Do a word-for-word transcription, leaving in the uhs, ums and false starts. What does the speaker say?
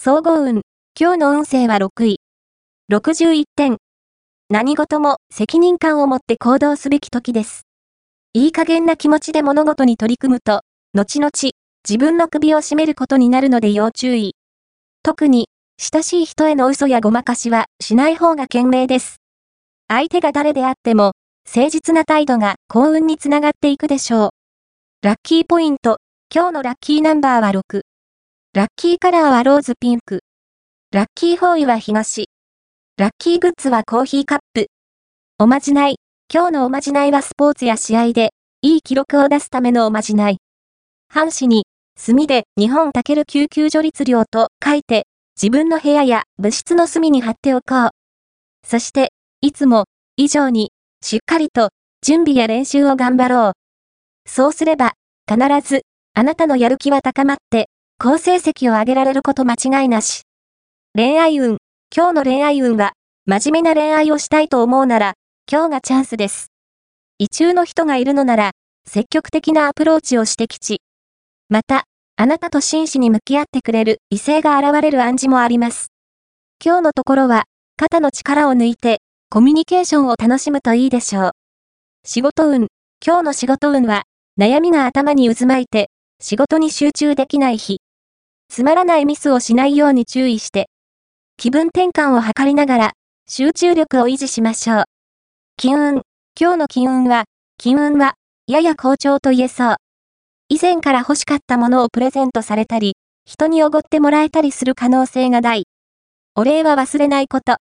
総合運。今日の運勢はろくい。ろくじゅういってん。何事も責任感を持って行動すべき時です。いい加減な気持ちで物事に取り組むと、後々、自分の首を絞めることになるので要注意。特に、親しい人への嘘やごまかしはしない方が賢明です。相手が誰であっても、誠実な態度が幸運につながっていくでしょう。ラッキーポイント。今日のラッキーナンバーはろく。ラッキーカラーはローズピンク。ラッキーフォーイは東。ラッキーグッズはコーヒーカップ。おまじない。今日のおまじないはスポーツや試合で、いい記録を出すためのおまじない。半紙に、墨で日本たける救急助率量と書いて、自分の部屋や部室の隅に貼っておこう。そして、いつも、以上に、しっかりと、準備や練習を頑張ろう。そうすれば、必ず、あなたのやる気は高まって、好成績を上げられること間違いなし。恋愛運。今日の恋愛運は、真面目な恋愛をしたいと思うなら、今日がチャンスです。意中の人がいるのなら、積極的なアプローチをして吉。また、あなたと真摯に向き合ってくれる異性が現れる暗示もあります。今日のところは、肩の力を抜いて、コミュニケーションを楽しむといいでしょう。仕事運。今日の仕事運は、悩みが頭に渦巻いて、仕事に集中できない日。つまらないミスをしないように注意して、気分転換を図りながら、集中力を維持しましょう。金運。今日の金運は、金運は、やや好調と言えそう。以前から欲しかったものをプレゼントされたり、人におごってもらえたりする可能性が大。お礼は忘れないこと。